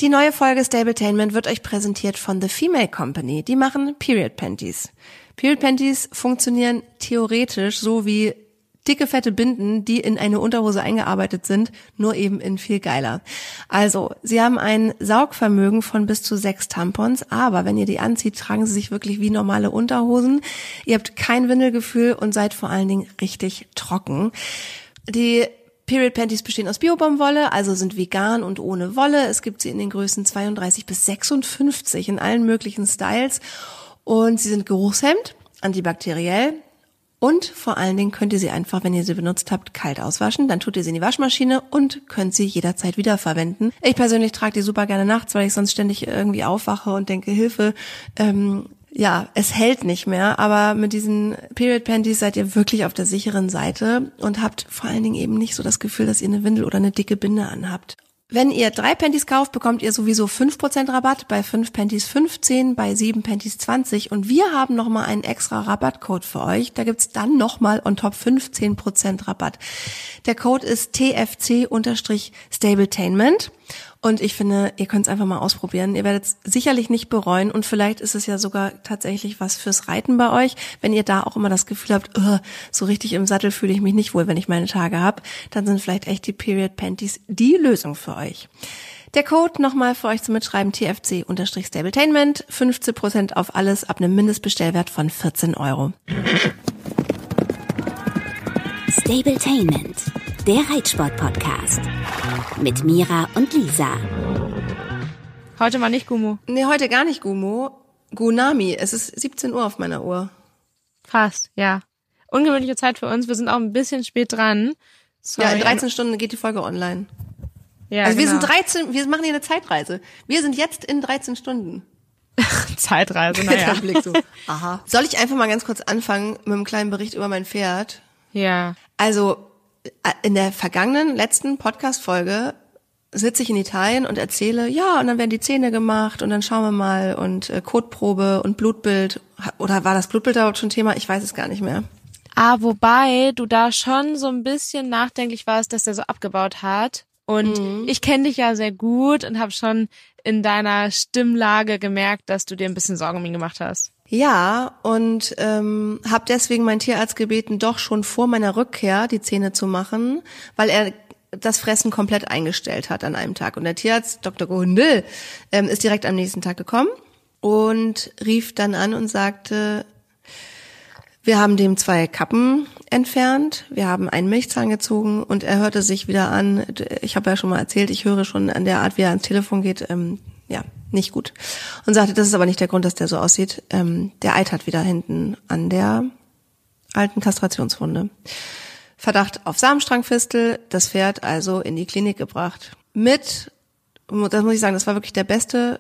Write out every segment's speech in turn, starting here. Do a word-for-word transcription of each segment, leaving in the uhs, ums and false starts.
Die neue Folge Stabletainment wird euch präsentiert von The Female Company. Die machen Period Panties. Period Panties funktionieren theoretisch so wie dicke, fette Binden, die in eine Unterhose eingearbeitet sind, nur eben in viel geiler. Also, sie haben ein Saugvermögen von bis zu sechs Tampons, aber wenn ihr die anzieht, tragen sie sich wirklich wie normale Unterhosen. Ihr habt kein Windelgefühl und seid vor allen Dingen richtig trocken. Die Period Panties bestehen aus Biobaumwolle, also sind vegan und ohne Wolle. Es gibt sie in den Größen zweiunddreißig bis sechsundfünfzig in allen möglichen Styles und sie sind geruchshemmend, antibakteriell. Und vor allen Dingen könnt ihr sie einfach, wenn ihr sie benutzt habt, kalt auswaschen. Dann tut ihr sie in die Waschmaschine und könnt sie jederzeit wiederverwenden. Ich persönlich trage die super gerne nachts, weil ich sonst ständig irgendwie aufwache und denke, Hilfe, ähm, ja, es hält nicht mehr. Aber mit diesen Period Panties seid ihr wirklich auf der sicheren Seite und habt vor allen Dingen eben nicht so das Gefühl, dass ihr eine Windel oder eine dicke Binde anhabt. Wenn ihr drei Panties kauft, bekommt ihr sowieso fünf Prozent Rabatt, bei fünf Panties fünfzehn, bei sieben Panties zwanzig und wir haben nochmal einen extra Rabattcode für euch. Da gibt's dann nochmal on top fünfzehn Prozent Rabatt. Der Code ist T F C-Stabletainment und ich finde, ihr könnt es einfach mal ausprobieren. Ihr werdet es sicherlich nicht bereuen und vielleicht ist es ja sogar tatsächlich was fürs Reiten bei euch. Wenn ihr da auch immer das Gefühl habt, oh, so richtig im Sattel fühle ich mich nicht wohl, wenn ich meine Tage habe, dann sind vielleicht echt die Period Panties die Lösung für euch. Der Code nochmal für euch zum Mitschreiben, T F C-Stabletainment, fünfzehn Prozent auf alles ab einem Mindestbestellwert von vierzehn Euro. Stabletainment, der Reitsport-Podcast mit Mira und Lisa. Heute mal nicht Gummo. Nee, heute gar nicht Gummo. Gunami. Es ist siebzehn Uhr auf meiner Uhr. Fast, ja. Ungewöhnliche Zeit für uns. Wir sind auch ein bisschen spät dran. Sorry. Ja, in dreizehn Stunden geht die Folge online. Ja, also genau. wir sind dreizehn, wir machen hier eine Zeitreise. Wir sind jetzt in dreizehn Stunden. Zeitreise, naja. Blick so. Aha. Soll ich einfach mal ganz kurz anfangen mit einem kleinen Bericht über mein Pferd? Ja. Also in der vergangenen, letzten Podcast-Folge sitze ich in Italien und erzähle, ja, und dann werden die Zähne gemacht und dann schauen wir mal und äh, Kotprobe und Blutbild. Oder war das Blutbild überhaupt schon Thema? Ich weiß es gar nicht mehr. Ah, wobei du da schon so ein bisschen nachdenklich warst, dass der so abgebaut hat. Und mhm. ich kenne dich ja sehr gut und habe schon in deiner Stimmlage gemerkt, dass du dir ein bisschen Sorgen um ihn gemacht hast. Ja, und ähm, habe deswegen meinen Tierarzt gebeten, doch schon vor meiner Rückkehr die Zähne zu machen, weil er das Fressen komplett eingestellt hat an einem Tag. Und der Tierarzt, Doktor Gundel, ähm, ist direkt am nächsten Tag gekommen und rief dann an und sagte, wir haben dem zwei Kappen entfernt, wir haben einen Milchzahn gezogen und er hörte sich wieder an, ich habe ja schon mal erzählt, ich höre schon an der Art, wie er ans Telefon geht, ähm, ja, nicht gut. Und sagte, das ist aber nicht der Grund, dass der so aussieht. Ähm, der eitert wieder hinten an der alten Kastrationswunde. Verdacht auf Samenstrangfistel, das Pferd also in die Klinik gebracht. Mit, das muss ich sagen, das war wirklich der beste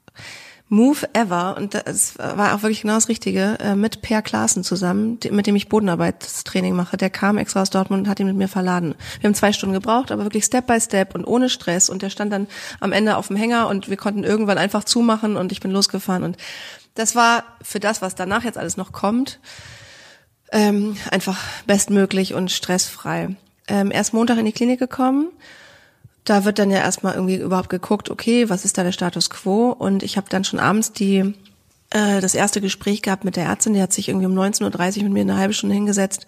Move ever und das war auch wirklich genau das Richtige, mit Per Klaassen zusammen, mit dem ich Bodenarbeitstraining mache. Der kam extra aus Dortmund und hat ihn mit mir verladen. Wir haben zwei Stunden gebraucht, aber wirklich Step by Step und ohne Stress und der stand dann am Ende auf dem Hänger und wir konnten irgendwann einfach zumachen und ich bin losgefahren und das war für das, was danach jetzt alles noch kommt, ähm, einfach bestmöglich und stressfrei. Ähm, erst Montag in die Klinik gekommen. Da wird dann ja erstmal irgendwie überhaupt geguckt, okay, was ist da der Status quo? Und ich habe dann schon abends die äh, das erste Gespräch gehabt mit der Ärztin, die hat sich irgendwie um neunzehn Uhr dreißig mit mir eine halbe Stunde hingesetzt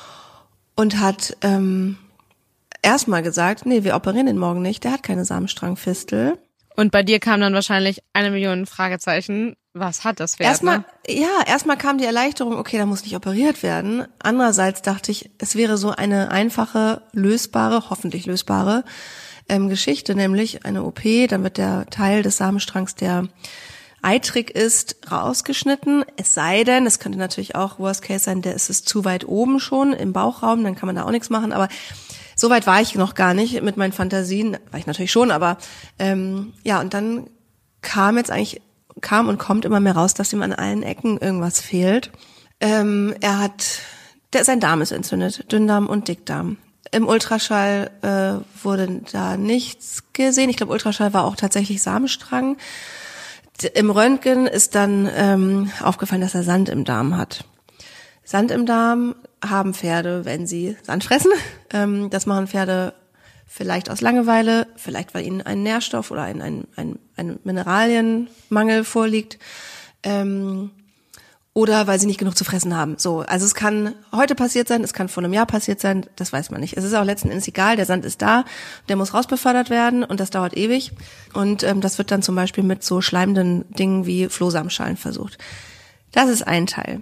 und hat ähm, erstmal gesagt, nee, wir operieren den morgen nicht, der hat keine Samenstrangfistel. Und bei dir kam dann wahrscheinlich eine Million Fragezeichen. Was hat das Pferd? Erstmal, ne? ja, erstmal kam die Erleichterung, okay, da muss nicht operiert werden. Andererseits dachte ich, es wäre so eine einfache, lösbare, hoffentlich lösbare ähm, Geschichte, nämlich eine O P, dann wird der Teil des Samenstrangs, der eitrig ist, rausgeschnitten. Es sei denn, es könnte natürlich auch Worst Case sein, der ist es zu weit oben schon im Bauchraum, dann kann man da auch nichts machen, aber so weit war ich noch gar nicht mit meinen Fantasien, war ich natürlich schon, aber ähm, ja, und dann kam jetzt eigentlich, kam und kommt immer mehr raus, dass ihm an allen Ecken irgendwas fehlt. Ähm, er hat, der, sein Darm ist entzündet, Dünndarm und Dickdarm. Im Ultraschall äh, wurde da nichts gesehen. Ich glaube, Ultraschall war auch tatsächlich Samenstrang. D- Im Röntgen ist dann ähm, aufgefallen, dass er Sand im Darm hat. Sand im Darm haben Pferde, wenn sie Sand fressen. Ähm, das machen Pferde Vielleicht aus Langeweile, vielleicht weil ihnen ein Nährstoff oder ein, ein, ein, ein Mineralienmangel vorliegt, ähm, oder weil sie nicht genug zu fressen haben. So, also es kann heute passiert sein, es kann vor einem Jahr passiert sein, das weiß man nicht. Es ist auch letzten Endes egal, der Sand ist da, der muss rausbefördert werden und das dauert ewig. Und ähm, das wird dann zum Beispiel mit so schleimenden Dingen wie Flohsamenschalen versucht. Das ist ein Teil.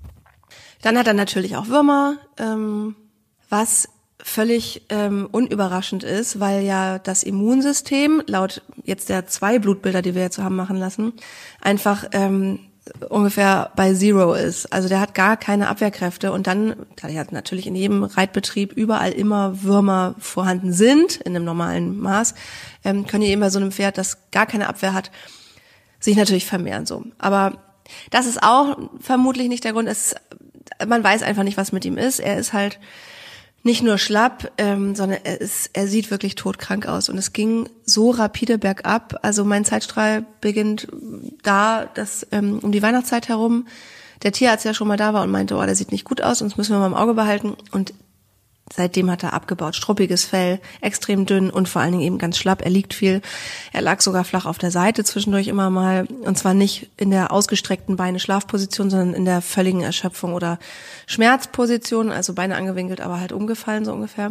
Dann hat er natürlich auch Würmer, ähm, was völlig ähm, unüberraschend ist, weil ja das Immunsystem, laut jetzt der zwei Blutbilder, die wir jetzt so haben machen lassen, einfach ähm, ungefähr bei Zero ist. Also der hat gar keine Abwehrkräfte und dann, da ja natürlich in jedem Reitbetrieb überall immer Würmer vorhanden sind, in einem normalen Maß, ähm, können die eben bei so einem Pferd, das gar keine Abwehr hat, sich natürlich vermehren so. Aber das ist auch vermutlich nicht der Grund. Es, man weiß einfach nicht, was mit ihm ist. Er ist halt nicht nur schlapp, ähm, sondern er ist, er sieht wirklich todkrank aus. Und es ging so rapide bergab. Also mein Zeitstrahl beginnt da, dass ähm, um die Weihnachtszeit herum der Tierarzt ja schon mal da war und meinte, oh, der sieht nicht gut aus, uns müssen wir mal im Auge behalten. Und seitdem hat er abgebaut. Struppiges Fell, extrem dünn und vor allen Dingen eben ganz schlapp. Er liegt viel. Er lag sogar flach auf der Seite zwischendurch immer mal. Und zwar nicht in der ausgestreckten Beine-Schlafposition, sondern in der völligen Erschöpfung oder Schmerzposition. Also Beine angewinkelt, aber halt umgefallen so ungefähr.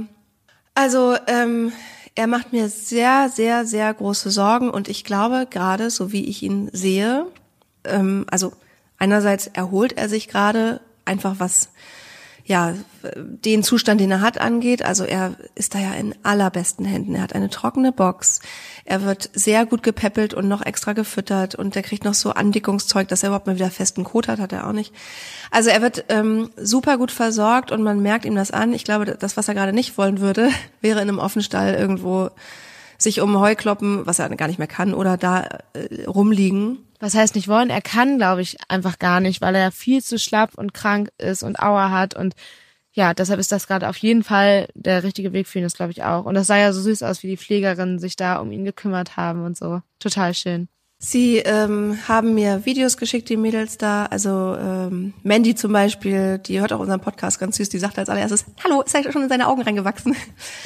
Also ähm, er macht mir sehr, sehr, sehr große Sorgen. Und ich glaube gerade, so wie ich ihn sehe, ähm, also einerseits erholt er sich gerade einfach was ja, den Zustand, den er hat, angeht. Also er ist da ja in allerbesten Händen. Er hat eine trockene Box. Er wird sehr gut gepäppelt und noch extra gefüttert und er kriegt noch so Andickungszeug, dass er überhaupt mal wieder festen Kot hat, hat er auch nicht. Also er wird ähm, super gut versorgt und man merkt ihm das an. Ich glaube, das, was er gerade nicht wollen würde, wäre in einem Offenstall irgendwo sich um Heu kloppen, was er gar nicht mehr kann, oder da äh, rumliegen. Was heißt nicht wollen? Er kann, glaube ich, einfach gar nicht, weil er viel zu schlapp und krank ist und Aua hat. Und ja, deshalb ist das gerade auf jeden Fall der richtige Weg für ihn, das glaube ich auch. Und das sah ja so süß aus, wie die Pflegerinnen sich da um ihn gekümmert haben und so. Total schön. Sie ähm, haben mir Videos geschickt, die Mädels da. Also ähm, Mandy zum Beispiel, die hört auch unseren Podcast ganz süß. Die sagt als allererstes, hallo, ist er schon in seine Augen reingewachsen?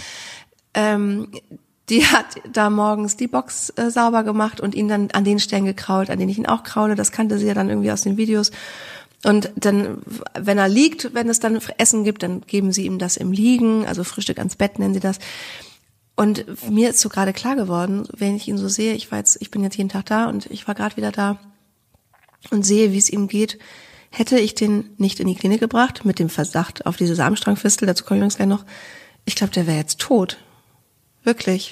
ähm, Die hat da morgens die Box äh, sauber gemacht und ihn dann an den Stellen gekrault, an denen ich ihn auch kraule. Das kannte sie ja dann irgendwie aus den Videos. Und dann, wenn er liegt, wenn es dann Essen gibt, dann geben sie ihm das im Liegen, also Frühstück ans Bett nennen sie das. Und mir ist so gerade klar geworden, wenn ich ihn so sehe, ich war jetzt, ich bin jetzt jeden Tag da und ich war gerade wieder da und sehe, wie es ihm geht, hätte ich den nicht in die Klinik gebracht mit dem Verdacht auf diese Samenstrangfistel, dazu komme ich übrigens gleich noch. Ich glaube, der wäre jetzt tot. Wirklich.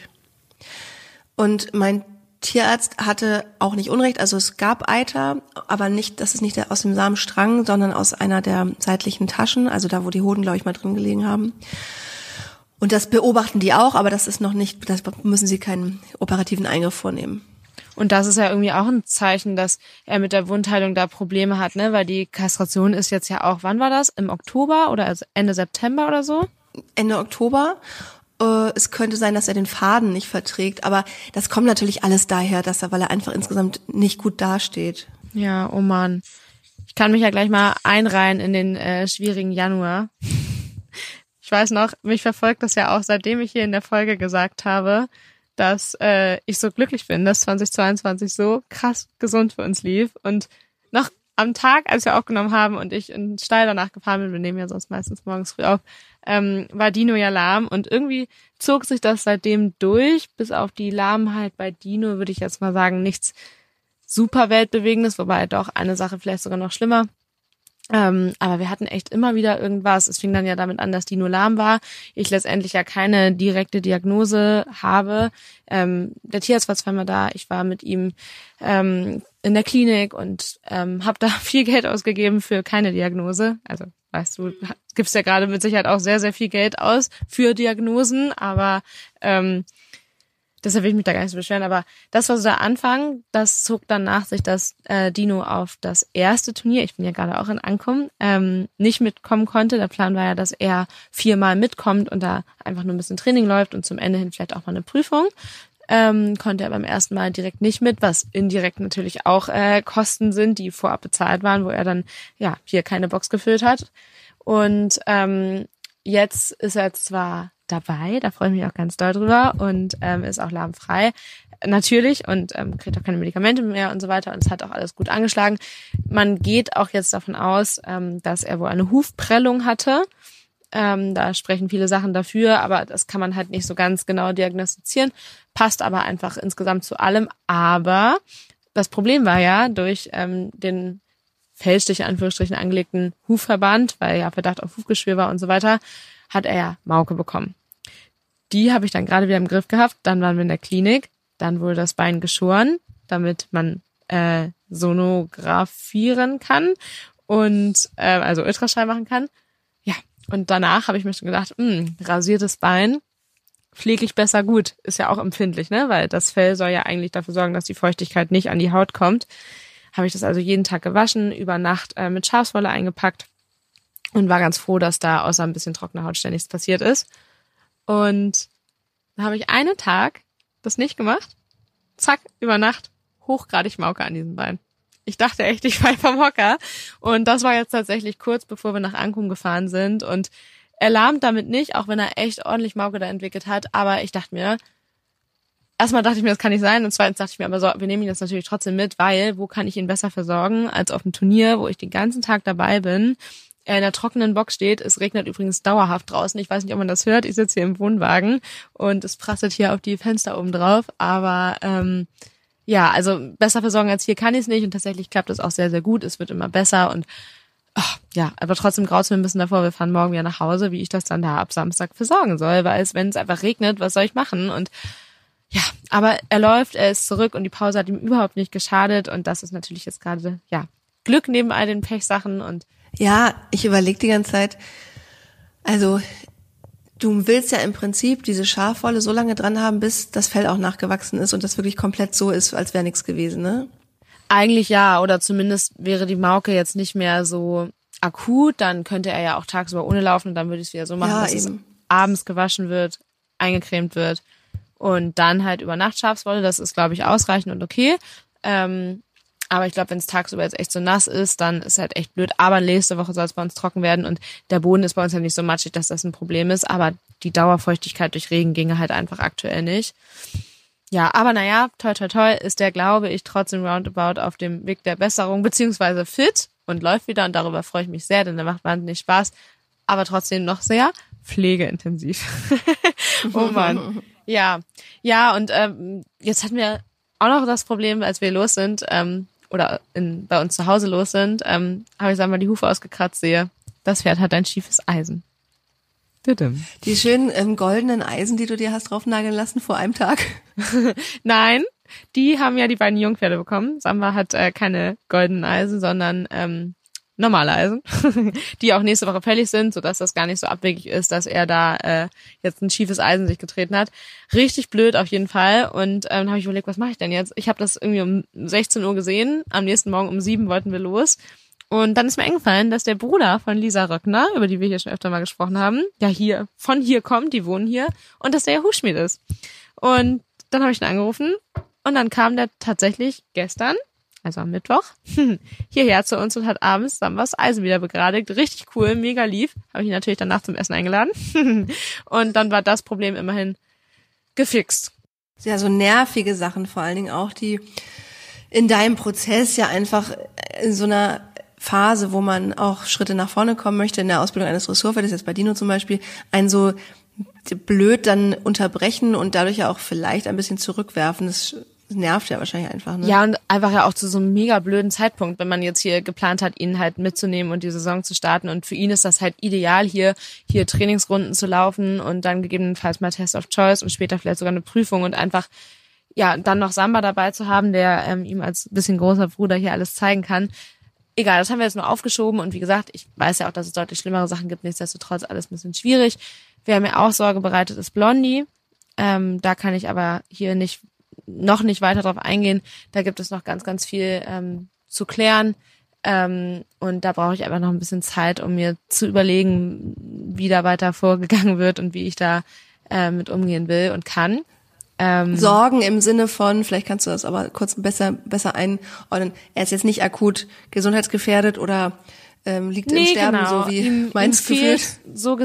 Und mein Tierarzt hatte auch nicht Unrecht, also es gab Eiter, aber nicht, das ist nicht der aus dem Samenstrang, sondern aus einer der seitlichen Taschen, also da, wo die Hoden, glaube ich, mal drin gelegen haben. Und das beobachten die auch, aber das ist noch nicht, das müssen sie keinen operativen Eingriff vornehmen. Und das ist ja irgendwie auch ein Zeichen, dass er mit der Wundheilung da Probleme hat, ne? Weil die Kastration ist jetzt ja auch, wann war das? Im Oktober oder also Ende September oder so? Ende Oktober. Es könnte sein, dass er den Faden nicht verträgt, aber das kommt natürlich alles daher, dass er, weil er einfach insgesamt nicht gut dasteht. Ja, oh Mann. Ich kann mich ja gleich mal einreihen in den äh, schwierigen Januar. Ich weiß noch, mich verfolgt das ja auch, seitdem ich hier in der Folge gesagt habe, dass äh, ich so glücklich bin, dass zweitausendzweiundzwanzig so krass gesund für uns lief. Und noch am Tag, als wir aufgenommen haben und ich in den Stall danach gefahren bin, wir nehmen ja sonst meistens morgens früh auf, ähm, war Dino ja lahm und irgendwie zog sich das seitdem durch, bis auf die Lahmheit bei Dino, würde ich jetzt mal sagen, nichts super Weltbewegendes, wobei doch eine Sache vielleicht sogar noch schlimmer. Ähm, aber wir hatten echt immer wieder irgendwas. Es fing dann ja damit an, dass Dino lahm war. Ich letztendlich ja keine direkte Diagnose habe. Ähm, der Tierarzt war zweimal da. Ich war mit ihm ähm, in der Klinik und ähm, habe da viel Geld ausgegeben für keine Diagnose. Also weißt du, gibst ja gerade mit Sicherheit auch sehr, sehr viel Geld aus für Diagnosen, aber ähm, deshalb will ich mich da gar nicht so beschweren, aber das war so der Anfang, das zog dann nach sich, dass äh, Dino auf das erste Turnier, ich bin ja gerade auch in Ankommen, ähm, nicht mitkommen konnte. Der Plan war ja, dass er viermal mitkommt und da einfach nur ein bisschen Training läuft und zum Ende hin vielleicht auch mal eine Prüfung. Ähm, konnte er beim ersten Mal direkt nicht mit, was indirekt natürlich auch äh, Kosten sind, die vorab bezahlt waren, wo er dann ja hier keine Box gefüllt hat. Und ähm, jetzt ist er zwar dabei, da freue ich mich auch ganz doll drüber und ähm, ist auch lahmfrei, natürlich, und ähm, kriegt auch keine Medikamente mehr und so weiter und es hat auch alles gut angeschlagen. Man geht auch jetzt davon aus, ähm, dass er wohl eine Hufprellung hatte. Ähm, da sprechen viele Sachen dafür, aber das kann man halt nicht so ganz genau diagnostizieren, passt aber einfach insgesamt zu allem. Aber das Problem war ja, durch ähm, den fälschlich in Anführungsstrichen angelegten Hufverband, weil ja Verdacht auf Hufgeschwür war und so weiter, hat er ja Mauke bekommen. Die habe ich dann gerade wieder im Griff gehabt, dann waren wir in der Klinik, dann wurde das Bein geschoren, damit man äh, sonografieren kann und äh, also Ultraschall machen kann. Ja, und danach habe ich mir schon gedacht, mh, rasiertes Bein pflege ich besser gut, ist ja auch empfindlich, ne, weil das Fell soll ja eigentlich dafür sorgen, dass die Feuchtigkeit nicht an die Haut kommt. Habe ich das also jeden Tag gewaschen, über Nacht äh, mit Schafswolle eingepackt und war ganz froh, dass da außer ein bisschen trockener Haut ständig nichts passiert ist. Und dann habe ich einen Tag das nicht gemacht. Zack, über Nacht hochgradig Mauke an diesem Bein. Ich dachte echt, ich falle vom Hocker. Und das war jetzt tatsächlich kurz, bevor wir nach Ancum gefahren sind. Und er lahmt damit nicht, auch wenn er echt ordentlich Mauke da entwickelt hat. Aber ich dachte mir, erstmal dachte ich mir, das kann nicht sein. Und zweitens dachte ich mir, aber so, wir nehmen ihn jetzt natürlich trotzdem mit, weil wo kann ich ihn besser versorgen als auf dem Turnier, wo ich den ganzen Tag dabei bin. Er in der trockenen Box steht. Es regnet übrigens dauerhaft draußen. Ich weiß nicht, ob man das hört. Ich sitze hier im Wohnwagen und es prasselt hier auf die Fenster oben drauf. Aber ähm, ja, also besser versorgen als hier kann ich es nicht. Und tatsächlich klappt es auch sehr, sehr gut. Es wird immer besser. Und ach, ja, aber trotzdem graut es mir ein bisschen davor. Wir fahren morgen wieder nach Hause, wie ich das dann da ab Samstag versorgen soll. Weil es, wenn es einfach regnet, was soll ich machen? Und ja, aber er läuft, er ist zurück und die Pause hat ihm überhaupt nicht geschadet. Und das ist natürlich jetzt gerade, ja, Glück neben all den Pechsachen. Und ja, ich überlege die ganze Zeit, also du willst ja im Prinzip diese Schafwolle so lange dran haben, bis das Fell auch nachgewachsen ist und das wirklich komplett so ist, als wäre nichts gewesen, ne? Eigentlich ja, oder zumindest wäre die Mauke jetzt nicht mehr so akut, dann könnte er ja auch tagsüber ohne laufen und dann würde ich es wieder so machen, ja, dass eben es abends gewaschen wird, eingecremt wird und dann halt über Nacht Schafswolle, das ist, glaube ich, ausreichend und okay. Ähm, Aber ich glaube, wenn es tagsüber jetzt echt so nass ist, dann ist halt echt blöd. Aber nächste Woche soll es bei uns trocken werden und der Boden ist bei uns ja nicht so matschig, dass das ein Problem ist. Aber die Dauerfeuchtigkeit durch Regen ginge halt einfach aktuell nicht. Ja, aber naja, toi toi toi ist der, glaube ich, trotzdem roundabout auf dem Weg der Besserung, beziehungsweise fit und läuft wieder. Und darüber freue ich mich sehr, denn der macht wahnsinnig Spaß. Aber trotzdem noch sehr pflegeintensiv. Oh Mann. Ja, ja, und ähm, jetzt hatten wir auch noch das Problem, als wir los sind, ähm, oder in, bei uns zu Hause los sind, ähm, habe ich, sagen wir mal, die Hufe ausgekratzt, sehe, das Pferd hat ein schiefes Eisen. Die schönen ähm, goldenen Eisen, die du dir hast draufnageln lassen vor einem Tag? Nein, die haben ja die beiden Jungpferde bekommen. Samba hat äh, keine goldenen Eisen, sondern ähm, normale Eisen, die auch nächste Woche fällig sind, sodass das gar nicht so abwegig ist, dass er da äh, jetzt ein schiefes Eisen sich getreten hat. Richtig blöd auf jeden Fall. Und ähm, habe ich überlegt, was mache ich denn jetzt? Ich habe das irgendwie um sechzehn Uhr gesehen. Am nächsten Morgen um sieben wollten wir los. Und dann ist mir eingefallen, dass der Bruder von Lisa Röckner, über die wir hier schon öfter mal gesprochen haben, ja hier, von hier kommt, die wohnen hier, und dass der ja Hufschmied ist. Und dann habe ich ihn angerufen und dann kam der tatsächlich gestern, also am Mittwoch, hierher zu uns und hat abends dann was Eisen wieder begradigt. Richtig cool, mega lief. Habe ich ihn natürlich danach zum Essen eingeladen. Und dann war das Problem immerhin gefixt. Ja, so nervige Sachen vor allen Dingen auch, die in deinem Prozess ja einfach in so einer Phase, wo man auch Schritte nach vorne kommen möchte, in der Ausbildung eines Dressurpferdes, jetzt bei Dino zum Beispiel, einen so blöd dann unterbrechen und dadurch ja auch vielleicht ein bisschen zurückwerfen. Das nervt ja wahrscheinlich einfach, ne? Ja, und einfach ja auch zu so einem mega blöden Zeitpunkt, wenn man jetzt hier geplant hat, ihn halt mitzunehmen und die Saison zu starten. Und für ihn ist das halt ideal, hier hier Trainingsrunden zu laufen und dann gegebenenfalls mal Test of Choice und später vielleicht sogar eine Prüfung und einfach ja dann noch Samba dabei zu haben, der ähm, ihm als bisschen großer Bruder hier alles zeigen kann. Egal, das haben wir jetzt nur aufgeschoben und wie gesagt, ich weiß ja auch, dass es deutlich schlimmere Sachen gibt, nichtsdestotrotz alles ein bisschen schwierig. Wer mir auch Sorge bereitet, ist Blondie. Ähm, da kann ich aber hier nicht noch nicht weiter drauf eingehen. Da gibt es noch ganz, ganz viel ähm, zu klären. Ähm, und da brauche ich einfach noch ein bisschen Zeit, um mir zu überlegen, wie da weiter vorgegangen wird und wie ich da äh, mit umgehen will und kann. Ähm, Sorgen im Sinne von, vielleicht kannst du das aber kurz besser besser einordnen, er ist jetzt nicht akut gesundheitsgefährdet oder ähm, liegt nee, im Sterben, genau. so wie ihm, meins ihm gefühlt. fehlt so gesehen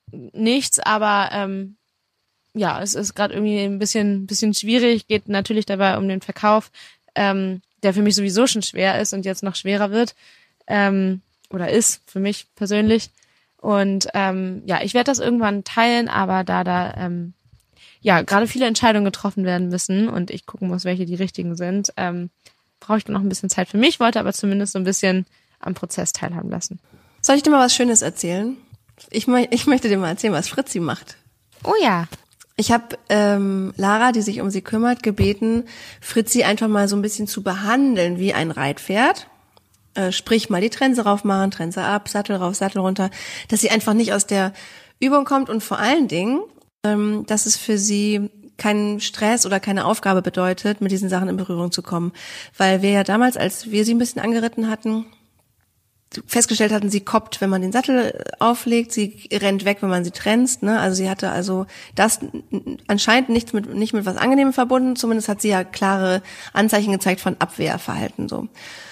nichts, aber ähm, ja, es ist gerade irgendwie ein bisschen bisschen schwierig, geht natürlich dabei um den Verkauf, ähm, der für mich sowieso schon schwer ist und jetzt noch schwerer wird, ähm, oder ist für mich persönlich. Und ähm, ja, ich werde das irgendwann teilen, aber da da ähm, ja gerade viele Entscheidungen getroffen werden müssen und ich gucken muss, welche die richtigen sind, ähm, brauche ich dann noch ein bisschen Zeit für mich, wollte aber zumindest so ein bisschen am Prozess teilhaben lassen. Soll ich dir mal was Schönes erzählen? Ich, ich möchte dir mal erzählen, was Fritzi macht. Oh ja. Ich habe ähm, Lara, die sich um sie kümmert, gebeten, Fritzi einfach mal so ein bisschen zu behandeln wie ein Reitpferd. Äh, sprich, mal die Trense raufmachen, Trense ab, Sattel rauf, Sattel runter. Dass sie einfach nicht aus der Übung kommt und vor allen Dingen, ähm, dass es für sie keinen Stress oder keine Aufgabe bedeutet, mit diesen Sachen in Berührung zu kommen. Weil wir ja damals, als wir sie ein bisschen angeritten hatten, festgestellt hatten, sie koppt, wenn man den Sattel auflegt, sie rennt weg, wenn man sie trennt, ne? Also sie hatte also das anscheinend nichts mit, nicht mit was Angenehmem verbunden, zumindest hat sie ja klare Anzeichen gezeigt von Abwehrverhalten, so.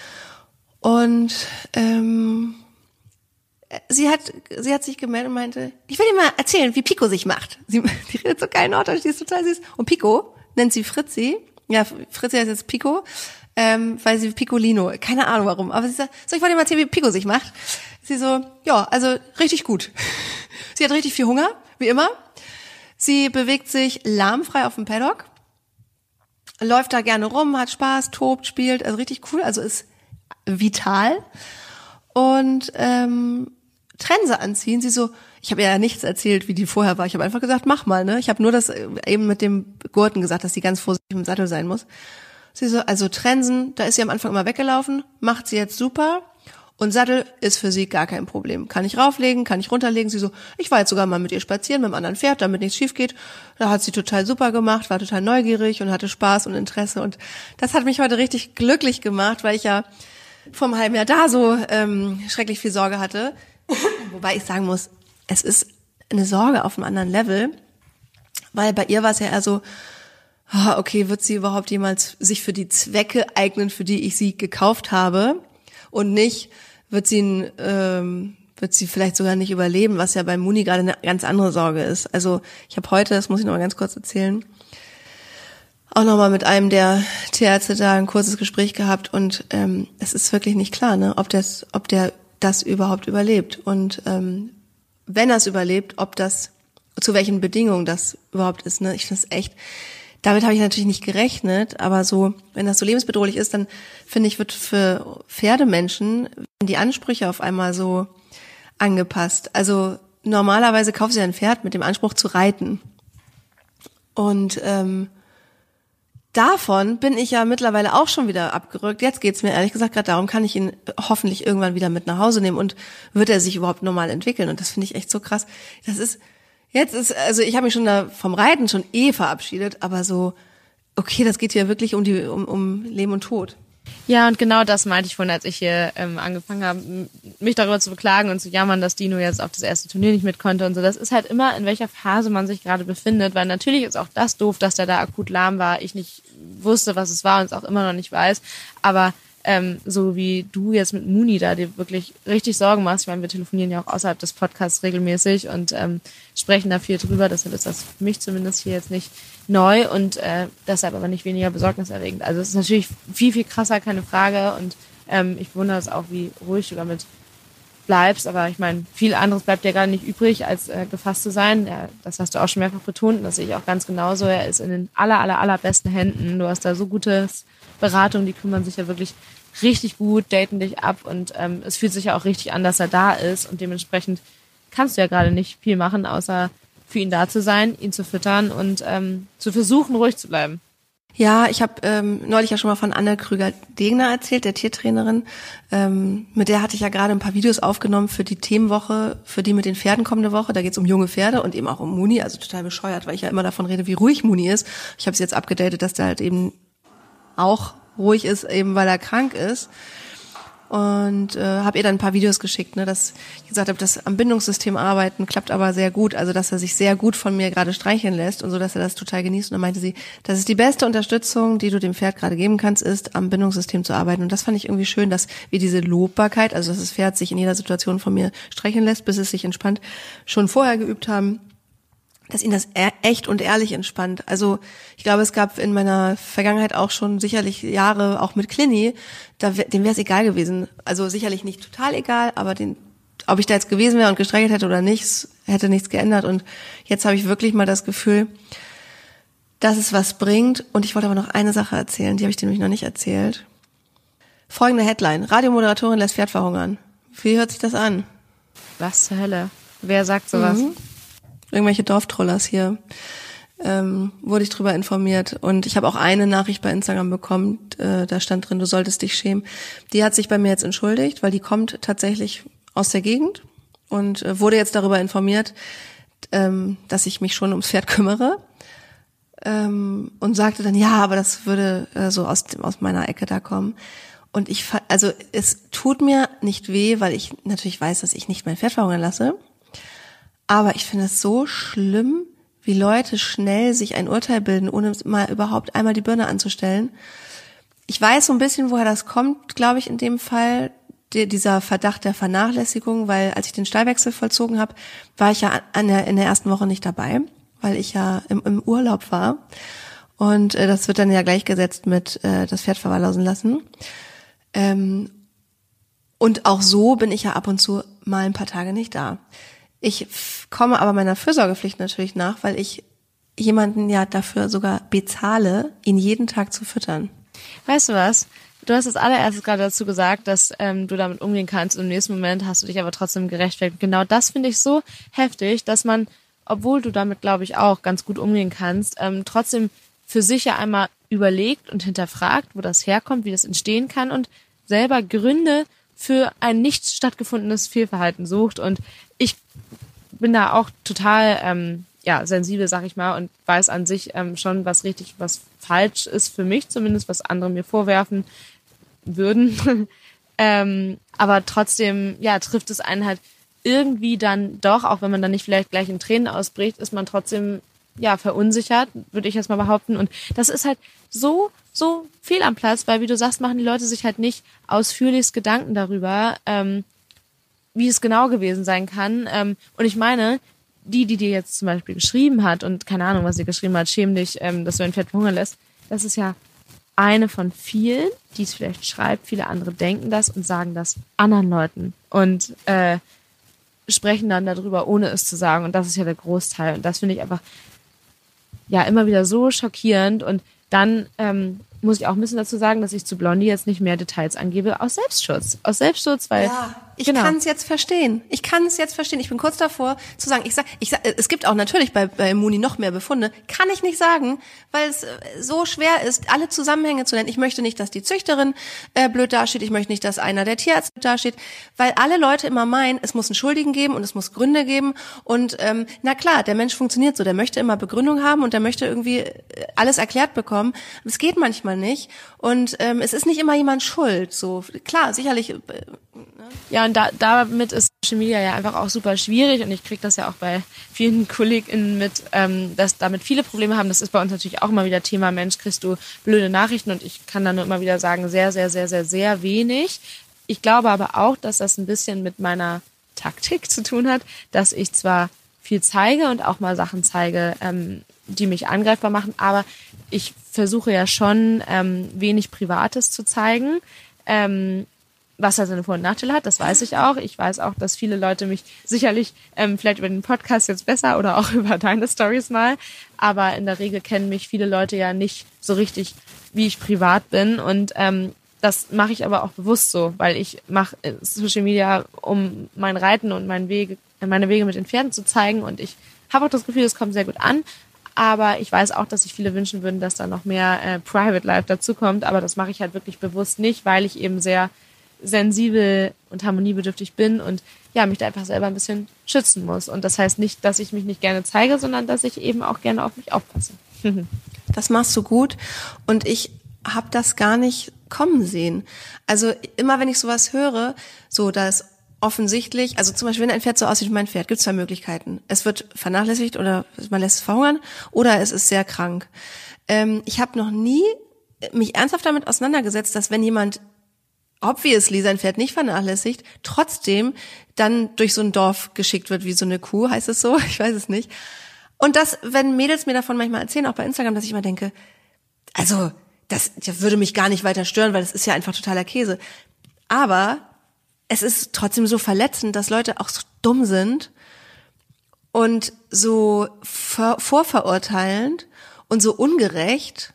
Und, ähm, sie hat, sie hat sich gemeldet und meinte, ich will dir mal erzählen, wie Pico sich macht. Sie, die redet so geil Norddeutsch, die ist total süß. Und Pico nennt sie Fritzi, ja, Fritzi heißt jetzt Pico, Ähm, weil sie Piccolino, keine Ahnung warum, aber sie sagt, so, ich wollte dir mal erzählen, wie Pico sich macht. Sie so, ja, also richtig gut. Sie hat richtig viel Hunger, wie immer. Sie bewegt sich lahmfrei auf dem Paddock, läuft da gerne rum, hat Spaß, tobt, spielt, also richtig cool, also ist vital. Und ähm, Trense anziehen, sie so, ich habe ihr ja nichts erzählt, wie die vorher war. Ich habe einfach gesagt, mach mal, ne? Ich habe nur das eben mit dem Gurten gesagt, dass sie ganz vorsichtig im Sattel sein muss. Sie so, also Trensen, da ist sie am Anfang immer weggelaufen, macht sie jetzt super und Sattel ist für sie gar kein Problem. Kann ich rauflegen, kann ich runterlegen. Sie so, ich war jetzt sogar mal mit ihr spazieren, mit einem anderen Pferd, damit nichts schief geht. Da hat sie total super gemacht, war total neugierig und hatte Spaß und Interesse und das hat mich heute richtig glücklich gemacht, weil ich ja vor einem halben Jahr da so ähm, schrecklich viel Sorge hatte. Wobei ich sagen muss, es ist eine Sorge auf einem anderen Level, weil bei ihr war es ja eher so, okay, wird sie überhaupt jemals sich für die Zwecke eignen, für die ich sie gekauft habe? Und nicht, wird sie, ähm, wird sie vielleicht sogar nicht überleben, was ja bei Muni gerade eine ganz andere Sorge ist. Also ich habe heute, das muss ich noch mal ganz kurz erzählen, auch noch mal mit einem der Tierärzte da ein kurzes Gespräch gehabt und ähm, es ist wirklich nicht klar, ne, ob das, ob der das überhaupt überlebt und ähm, wenn er es überlebt, ob das, zu welchen Bedingungen das überhaupt ist. Ne, ich finde es echt. Damit habe ich natürlich nicht gerechnet, aber so, wenn das so lebensbedrohlich ist, dann finde ich, wird für Pferdemenschen die Ansprüche auf einmal so angepasst. Also normalerweise kaufst du ja ein Pferd mit dem Anspruch zu reiten. Und ähm, davon bin ich ja mittlerweile auch schon wieder abgerückt. Jetzt geht's mir ehrlich gesagt gerade darum, kann ich ihn hoffentlich irgendwann wieder mit nach Hause nehmen und wird er sich überhaupt normal entwickeln? Und das finde ich echt so krass. Das ist Jetzt ist, also ich habe mich schon da vom Reiten schon eh verabschiedet, aber so, okay, das geht hier wirklich um die um, um Leben und Tod. Ja, und genau das meinte ich vorhin, als ich hier ähm, angefangen habe, mich darüber zu beklagen und zu jammern, dass Dino jetzt auf das erste Turnier nicht mit konnte und so. Das ist halt immer, in welcher Phase man sich gerade befindet, weil natürlich ist auch das doof, dass der da akut lahm war, ich nicht wusste, was es war und es auch immer noch nicht weiß, aber Ähm, so wie du jetzt mit Muni da dir wirklich richtig Sorgen machst. Ich meine, wir telefonieren ja auch außerhalb des Podcasts regelmäßig und ähm, sprechen da viel drüber. Deshalb ist das für mich zumindest hier jetzt nicht neu und äh, deshalb aber nicht weniger besorgniserregend. Also es ist natürlich viel, viel krasser, keine Frage. Und ähm, ich wundere es auch, wie ruhig du damit bleibst. Aber ich meine, viel anderes bleibt dir gar nicht übrig, als äh, gefasst zu sein. Ja, das hast du auch schon mehrfach betont und das sehe ich auch ganz genauso. Er ist in den aller, aller, allerbesten Händen. Du hast da so gutes Beratung, die kümmern sich ja wirklich richtig gut, daten dich ab und ähm, es fühlt sich ja auch richtig an, dass er da ist und dementsprechend kannst du ja gerade nicht viel machen, außer für ihn da zu sein, ihn zu füttern und ähm, zu versuchen, ruhig zu bleiben. Ja, ich habe ähm, neulich ja schon mal von Anne Krüger-Degner erzählt, der Tiertrainerin. Ähm, mit der hatte ich ja gerade ein paar Videos aufgenommen für die Themenwoche, für die mit den Pferden kommende Woche. Da geht's um junge Pferde und eben auch um Muni, also total bescheuert, weil ich ja immer davon rede, wie ruhig Muni ist. Ich habe es jetzt abgedatet, dass der halt eben auch ruhig ist, eben weil er krank ist. und äh, habe ihr dann ein paar Videos geschickt, ne, dass ich gesagt habe, das am Bindungssystem arbeiten klappt aber sehr gut, also dass er sich sehr gut von mir gerade streicheln lässt und so, dass er das total genießt. Und dann meinte sie, das ist die beste Unterstützung, die du dem Pferd gerade geben kannst, ist am Bindungssystem zu arbeiten. Und das fand ich irgendwie schön, dass wir diese Lobbarkeit, also dass das Pferd sich in jeder Situation von mir streicheln lässt, bis es sich entspannt, schon vorher geübt haben, dass ihn das echt und ehrlich entspannt. Also ich glaube, es gab in meiner Vergangenheit auch schon sicherlich Jahre, auch mit Clini, da, dem wäre es egal gewesen. Also sicherlich nicht total egal, aber den, ob ich da jetzt gewesen wäre und gestreichelt hätte oder nichts, hätte nichts geändert. Und jetzt habe ich wirklich mal das Gefühl, dass es was bringt. Und ich wollte aber noch eine Sache erzählen, die habe ich dir nämlich noch nicht erzählt. Folgende Headline: Radiomoderatorin lässt Pferd verhungern. Wie hört sich das an? Was zur Hölle? Wer sagt sowas? Mhm. Irgendwelche Dorftrollers hier, ähm, wurde ich drüber informiert. Und ich habe auch eine Nachricht bei Instagram bekommen, äh, da stand drin, du solltest dich schämen. Die hat sich bei mir jetzt entschuldigt, weil die kommt tatsächlich aus der Gegend und äh, wurde jetzt darüber informiert, ähm, dass ich mich schon ums Pferd kümmere. Ähm, und sagte dann, ja, aber das würde äh, so aus, aus meiner Ecke da kommen. Und ich, also es tut mir nicht weh, weil ich natürlich weiß, dass ich nicht mein Pferd verhungern lasse. Aber ich finde es so schlimm, wie Leute schnell sich ein Urteil bilden, ohne mal überhaupt einmal die Birne anzustellen. Ich weiß so ein bisschen, woher das kommt, glaube ich, in dem Fall, die, dieser Verdacht der Vernachlässigung, weil als ich den Stallwechsel vollzogen habe, war ich ja an der, in der ersten Woche nicht dabei, weil ich ja im, im Urlaub war. Und äh, das wird dann ja gleichgesetzt mit äh, das Pferd verwahrlosen lassen. Ähm, und auch so bin ich ja ab und zu mal ein paar Tage nicht da. Ich komme aber meiner Fürsorgepflicht natürlich nach, weil ich jemanden ja dafür sogar bezahle, ihn jeden Tag zu füttern. Weißt du was? Du hast als allererstes gerade dazu gesagt, dass ähm, du damit umgehen kannst und im nächsten Moment hast du dich aber trotzdem gerechtfertigt. Genau das finde ich so heftig, dass man, obwohl du damit, glaube ich, auch ganz gut umgehen kannst, ähm, trotzdem für sich ja einmal überlegt und hinterfragt, wo das herkommt, wie das entstehen kann und selber Gründe für ein nicht stattgefundenes Fehlverhalten sucht. Und ich bin da auch total ähm, ja sensibel, sag ich mal, und weiß an sich ähm, schon, was richtig, was falsch ist für mich zumindest, was andere mir vorwerfen würden. ähm, aber trotzdem, ja, trifft es einen halt irgendwie dann doch, auch wenn man dann nicht vielleicht gleich in Tränen ausbricht, ist man trotzdem ja verunsichert, würde ich jetzt mal behaupten. Und das ist halt so so fehl am Platz, weil, wie du sagst, machen die Leute sich halt nicht ausführlichst Gedanken darüber, ähm, wie es genau gewesen sein kann. Ähm, und ich meine, die, die dir jetzt zum Beispiel geschrieben hat und keine Ahnung, was sie geschrieben hat, schäm dich, ähm, dass du ein Pferd verhungern lässt, das ist ja eine von vielen, die es vielleicht schreibt. Viele andere denken das und sagen das anderen Leuten und äh, sprechen dann darüber, ohne es zu sagen. Und das ist ja der Großteil. Und das finde ich einfach ja immer wieder so schockierend. Und dann ähm, muss ich auch ein bisschen dazu sagen, dass ich zu Blondie jetzt nicht mehr Details angebe, aus Selbstschutz. Aus Selbstschutz, weil... Ja, ich genau. kann es jetzt verstehen. Ich kann es jetzt verstehen. Ich bin kurz davor zu sagen, ich sag, ich sag, es gibt auch natürlich bei, bei Muni noch mehr Befunde. Kann ich nicht sagen, weil es so schwer ist, alle Zusammenhänge zu nennen. Ich möchte nicht, dass die Züchterin äh, blöd dasteht. Ich möchte nicht, dass einer der Tierärzte blöd dasteht. Weil alle Leute immer meinen, es muss einen Schuldigen geben und es muss Gründe geben. Und ähm, na klar, der Mensch funktioniert so. Der möchte immer Begründung haben und der möchte irgendwie alles erklärt bekommen. Es geht manchmal nicht. Und ähm, es ist nicht immer jemand schuld. So klar, sicherlich... Äh, Ja, und da, damit ist Social Media ja einfach auch super schwierig und ich kriege das ja auch bei vielen KollegInnen mit, ähm, dass damit viele Probleme haben. Das ist bei uns natürlich auch immer wieder Thema, Mensch, kriegst du blöde Nachrichten und ich kann da nur immer wieder sagen, sehr, sehr, sehr, sehr, sehr wenig. Ich glaube aber auch, dass das ein bisschen mit meiner Taktik zu tun hat, dass ich zwar viel zeige und auch mal Sachen zeige, ähm, die mich angreifbar machen, aber ich versuche ja schon ähm, wenig Privates zu zeigen, ähm, was halt seine Vor- und Nachteile hat, das weiß ich auch. Ich weiß auch, dass viele Leute mich sicherlich ähm, vielleicht über den Podcast jetzt besser oder auch über deine Stories mal, aber in der Regel kennen mich viele Leute ja nicht so richtig, wie ich privat bin und ähm, das mache ich aber auch bewusst so, weil ich mache Social Media, um mein Reiten und mein Wege, meine Wege mit den Pferden zu zeigen und ich habe auch das Gefühl, es kommt sehr gut an, aber ich weiß auch, dass sich viele wünschen würden, dass da noch mehr äh, Private Life dazu kommt, aber das mache ich halt wirklich bewusst nicht, weil ich eben sehr sensibel und harmoniebedürftig bin und ja, mich da einfach selber ein bisschen schützen muss. Und das heißt nicht, dass ich mich nicht gerne zeige, sondern dass ich eben auch gerne auf mich aufpasse. Das machst du gut und ich habe das gar nicht kommen sehen. Also immer wenn ich sowas höre, so dass offensichtlich, also zum Beispiel, wenn ein Pferd so aussieht wie mein Pferd, gibt es zwei Möglichkeiten. Es wird vernachlässigt oder man lässt es verhungern oder es ist sehr krank. Ähm, ich habe noch nie mich ernsthaft damit auseinandergesetzt, dass wenn jemand obviously sein Pferd nicht vernachlässigt, trotzdem dann durch so ein Dorf geschickt wird wie so eine Kuh, heißt es so? Ich weiß es nicht. Und das, wenn Mädels mir davon manchmal erzählen, auch bei Instagram, dass ich immer denke, also das, das würde mich gar nicht weiter stören, weil das ist ja einfach totaler Käse. Aber es ist trotzdem so verletzend, dass Leute auch so dumm sind und so vor, vorverurteilend und so ungerecht.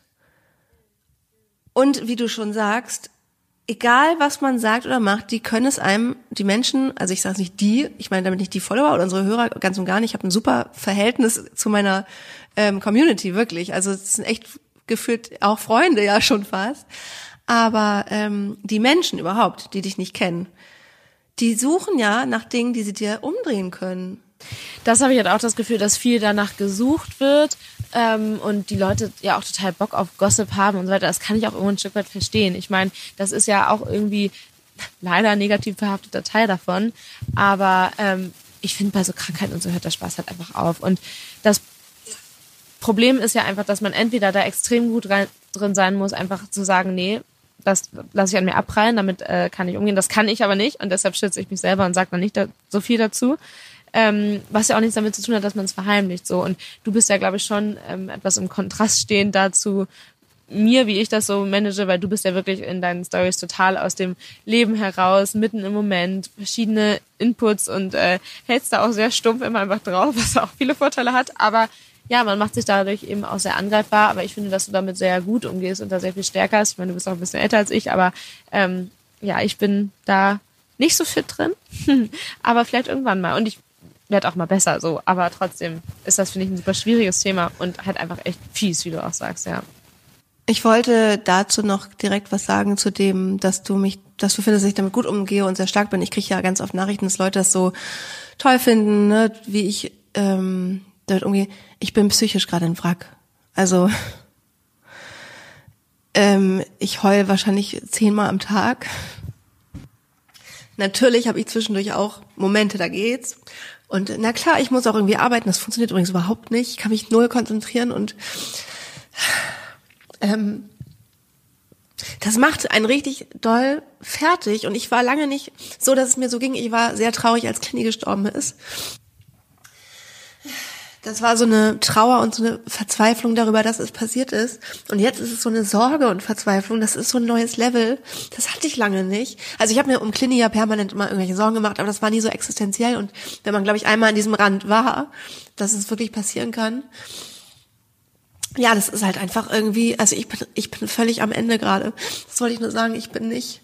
Und wie du schon sagst, egal was man sagt oder macht, die können es einem, die Menschen, also ich sage nicht die, ich meine damit nicht die Follower oder unsere Hörer, ganz und gar nicht, ich habe ein super Verhältnis zu meiner ähm, Community, wirklich. Also es sind echt gefühlt auch Freunde, ja schon fast. Aber ähm, die Menschen überhaupt, die dich nicht kennen, die suchen ja nach Dingen, die sie dir umdrehen können. Das habe ich halt auch das Gefühl, dass viel danach gesucht wird ähm, und die Leute ja auch total Bock auf Gossip haben und so weiter. Das kann ich auch irgendwo ein Stück weit verstehen. Ich meine, das ist ja auch irgendwie leider ein negativ behafteter Teil davon. Aber ähm, ich finde, bei so Krankheiten und so hört der Spaß halt einfach auf. Und das Problem ist ja einfach, dass man entweder da extrem gut rein, drin sein muss, einfach zu sagen, nee, das lasse ich an mir abprallen, damit äh, kann ich umgehen. Das kann ich aber nicht und deshalb schütze ich mich selber und sage dann nicht da, so viel dazu. Ähm, was ja auch nichts damit zu tun hat, dass man es verheimlicht. So. Und du bist ja, glaube ich, schon ähm, etwas im Kontrast stehend dazu mir, wie ich das so manage, weil du bist ja wirklich in deinen Storys total aus dem Leben heraus, mitten im Moment, verschiedene Inputs und äh, hältst da auch sehr stumpf immer einfach drauf, was auch viele Vorteile hat. Aber ja, man macht sich dadurch eben auch sehr angreifbar, aber ich finde, dass du damit sehr gut umgehst und da sehr viel stärker hast. Ich meine, du bist auch ein bisschen älter als ich, aber ähm, ja, ich bin da nicht so fit drin, aber vielleicht irgendwann mal. Und ich werde auch mal besser, so. Aber trotzdem ist das, finde ich, ein super schwieriges Thema und halt einfach echt fies, wie du auch sagst, ja. Ich wollte dazu noch direkt was sagen zu dem, dass du mich, dass du findest, dass ich damit gut umgehe und sehr stark bin. Ich kriege ja ganz oft Nachrichten, dass Leute das so toll finden, ne, wie ich ähm, damit umgehe. Ich bin psychisch gerade ein Wrack. Also ähm, ich heule wahrscheinlich zehnmal am Tag. Natürlich habe ich zwischendurch auch Momente, da geht's. Und na klar, ich muss auch irgendwie arbeiten. Das funktioniert übrigens überhaupt nicht. Ich kann mich null konzentrieren und ähm, das macht einen richtig doll fertig. Und ich war lange nicht so, dass es mir so ging. Ich war sehr traurig, als Clini gestorben ist. Das war so eine Trauer und so eine Verzweiflung darüber, dass es passiert ist. Und jetzt ist es so eine Sorge und Verzweiflung. Das ist so ein neues Level. Das hatte ich lange nicht. Also ich habe mir um Clini ja permanent immer irgendwelche Sorgen gemacht, aber das war nie so existenziell. Und wenn man, glaube ich, einmal an diesem Rand war, dass es wirklich passieren kann, ja, das ist halt einfach irgendwie, also ich bin, ich bin völlig am Ende gerade. Das wollte ich nur sagen, ich bin nicht,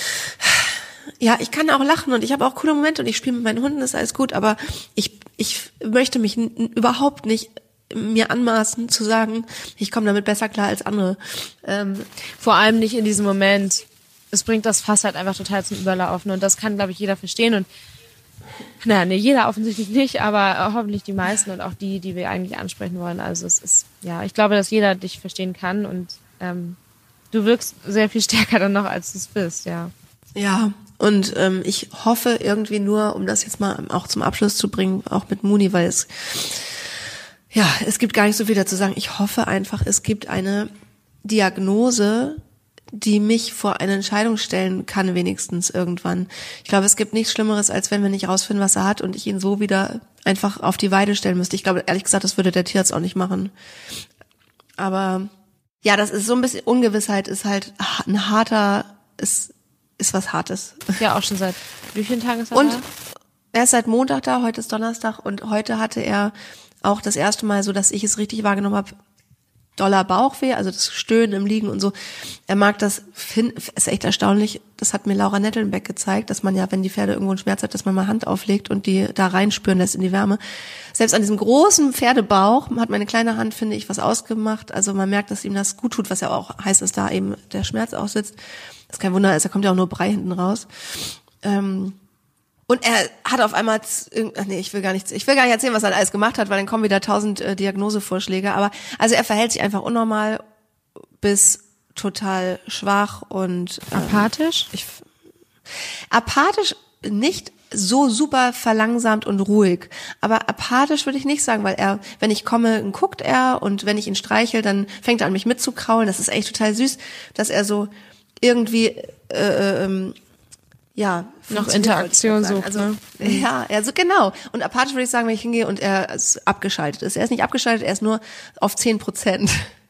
ja, ich kann auch lachen und ich habe auch coole Momente und ich spiele mit meinen Hunden, ist alles gut, aber ich, ich möchte mich n- überhaupt nicht mir anmaßen zu sagen, ich komme damit besser klar als andere. Ähm, Vor allem nicht in diesem Moment. Es bringt das Fass halt einfach total zum Überlaufen und das kann, glaube ich, jeder verstehen und naja, nee, jeder offensichtlich nicht, aber hoffentlich die meisten und auch die, die wir eigentlich ansprechen wollen. Also es ist, ja, ich glaube, dass jeder dich verstehen kann und ähm, du wirkst sehr viel stärker dann noch, als du es bist, ja. Ja, und ähm, ich hoffe irgendwie nur, um das jetzt mal auch zum Abschluss zu bringen, auch mit Muni, weil es, ja, es gibt gar nicht so viel dazu sagen. Ich hoffe einfach, es gibt eine Diagnose, die mich vor eine Entscheidung stellen kann, wenigstens irgendwann. Ich glaube, es gibt nichts Schlimmeres, als wenn wir nicht rausfinden, was er hat und ich ihn so wieder einfach auf die Weide stellen müsste. Ich glaube, ehrlich gesagt, das würde der Tierarzt auch nicht machen. Aber ja, das ist so ein bisschen, Ungewissheit ist halt ein harter, ist, ist was Hartes. Ja, auch schon seit wie vielen Tagen ist er und da? Er ist seit Montag da, heute ist Donnerstag und heute hatte er auch das erste Mal so, dass ich es richtig wahrgenommen habe, doller Bauchweh, also das Stöhnen im Liegen und so. Er mag das, find, ist echt erstaunlich, das hat mir Laura Nettelnbeck gezeigt, dass man ja, wenn die Pferde irgendwo einen Schmerz hat, dass man mal Hand auflegt und die da reinspüren lässt in die Wärme. Selbst an diesem großen Pferdebauch hat meine kleine Hand, finde ich, was ausgemacht. Also man merkt, dass ihm das gut tut, was ja auch heißt, dass da eben der Schmerz auch sitzt. Das ist kein Wunder, also da kommt ja auch nur Brei hinten raus. Ähm, Und er hat auf einmal, nee, ich will gar nicht, ich will gar nicht erzählen, was er alles gemacht hat, weil dann kommen wieder tausend äh, Diagnosevorschläge. Aber also er verhält sich einfach unnormal bis total schwach und ähm, apathisch? Ich, apathisch nicht so super verlangsamt und ruhig. Aber apathisch würde ich nicht sagen, weil er, wenn ich komme, guckt er und wenn ich ihn streichel, dann fängt er an mich mitzukraulen. Das ist echt total süß, dass er so irgendwie äh, ähm, ja noch Interaktion sucht. Also ne? ja, ja, so genau. Und apathisch würde ich sagen, wenn ich hingehe und er ist abgeschaltet ist. Er ist nicht abgeschaltet, er ist nur auf zehn Prozent.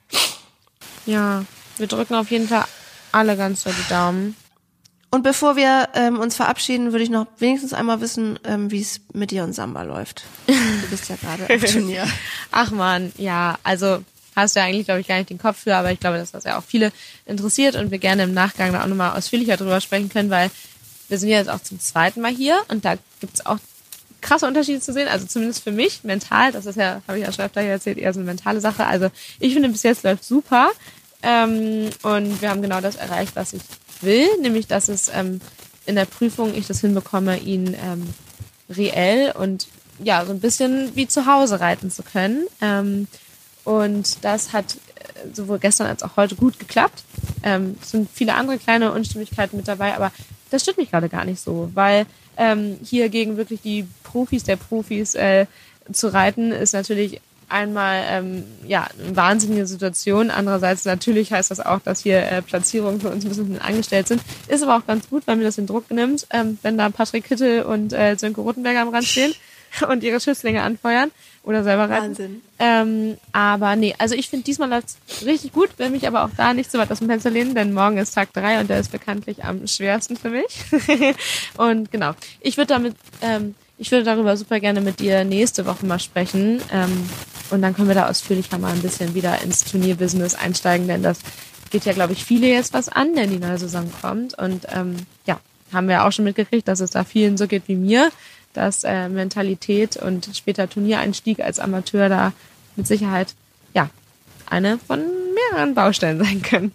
Ja, wir drücken auf jeden Fall alle ganz so die Daumen. Und bevor wir ähm, uns verabschieden, würde ich noch wenigstens einmal wissen, ähm, wie es mit dir und Samba läuft. Du bist ja gerade auf Turnier. Ach man, ja, also hast du ja eigentlich, glaube ich, gar nicht den Kopf für, aber ich glaube, dass das ja auch viele interessiert und wir gerne im Nachgang da auch nochmal ausführlicher drüber sprechen können, weil wir sind ja jetzt auch zum zweiten Mal hier und da gibt's auch krasse Unterschiede zu sehen, also zumindest für mich, mental, das ist ja, habe ich ja schon öfter hier erzählt, eher so eine mentale Sache. Also ich finde, bis jetzt läuft super ähm, und wir haben genau das erreicht, was ich will, nämlich dass es ähm, in der Prüfung ich das hinbekomme, ihn ähm, reell und ja so ein bisschen wie zu Hause reiten zu können. Ähm, und das hat sowohl gestern als auch heute gut geklappt. Ähm, es sind viele andere kleine Unstimmigkeiten mit dabei, aber das stört mich gerade gar nicht so, weil ähm, hier gegen wirklich die Profis der Profis äh, zu reiten ist natürlich einmal ähm, ja eine wahnsinnige Situation. Andererseits natürlich heißt das auch, dass hier äh, Platzierungen für uns ein bisschen angestellt sind. Ist aber auch ganz gut, weil mir das den Druck nimmt, ähm, wenn da Patrick Kittel und äh, Sönke Rothenberger am Rand stehen und ihre Schützlinge anfeuern oder selber reiten. Wahnsinn. Ähm, aber nee, also ich finde, diesmal läuft's richtig gut, will mich aber auch da nicht so weit aus dem Fenster lehnen, denn morgen ist Tag drei und der ist bekanntlich am schwersten für mich. Und genau, ich würde damit, ähm, ich würde darüber super gerne mit dir nächste Woche mal sprechen. Ähm, und dann können wir da ausführlicher mal ein bisschen wieder ins Turnierbusiness einsteigen, denn das geht ja, glaube ich, viele jetzt was an, denn die neue Saison kommt. Und ähm, ja, haben wir auch schon mitgekriegt, dass es da vielen so geht wie mir, dass äh, Mentalität und später Turniereinstieg als Amateur da mit Sicherheit ja eine von mehreren Baustellen sein können.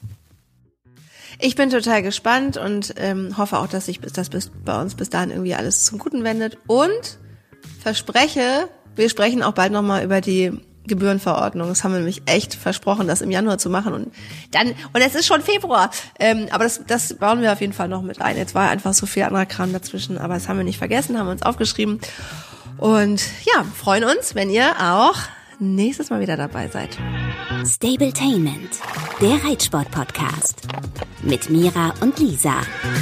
Ich bin total gespannt und ähm, hoffe auch, dass sich das bis, bei uns bis dahin irgendwie alles zum Guten wendet. Und verspreche, wir sprechen auch bald nochmal über die Gebührenverordnung. Das haben wir nämlich echt versprochen, das im Januar zu machen. Und dann, und es ist schon Februar. Ähm, aber das, das bauen wir auf jeden Fall noch mit ein. Jetzt war einfach so viel anderer Kram dazwischen, aber das haben wir nicht vergessen, haben wir uns aufgeschrieben. Und ja, freuen uns, wenn ihr auch nächstes Mal wieder dabei seid. Stabletainment, der Reitsport-Podcast mit Mira und Lisa.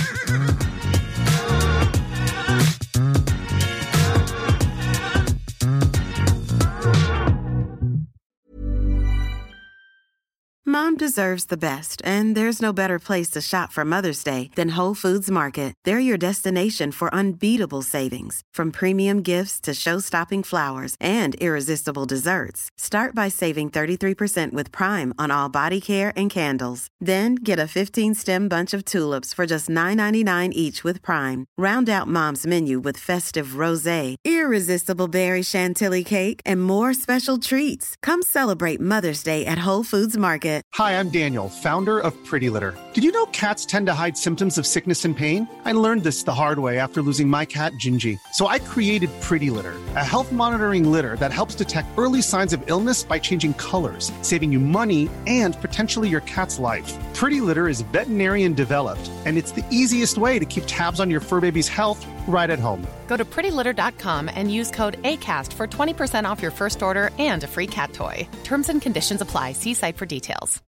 Mom deserves the best, and there's no better place to shop for Mother's Day than Whole Foods Market. They're your destination for unbeatable savings, from premium gifts to show-stopping flowers and irresistible desserts. Start by saving thirty-three percent with Prime on all body care and candles. Then get a fifteen-stem bunch of tulips for just nine ninety-nine each with Prime. Round out Mom's menu with festive rosé, irresistible berry chantilly cake, and more special treats. Come celebrate Mother's Day at Whole Foods Market. Hi, I'm Daniel, founder of Pretty Litter. Did you know cats tend to hide symptoms of sickness and pain? I learned this the hard way after losing my cat, Gingy. So I created Pretty Litter, a health monitoring litter that helps detect early signs of illness by changing colors, saving you money and potentially your cat's life. Pretty Litter is veterinarian developed, and it's the easiest way to keep tabs on your fur baby's health right at home. Go to pretty litter dot com and use code ACAST for twenty percent off your first order and a free cat toy. Terms and conditions apply. See site for details.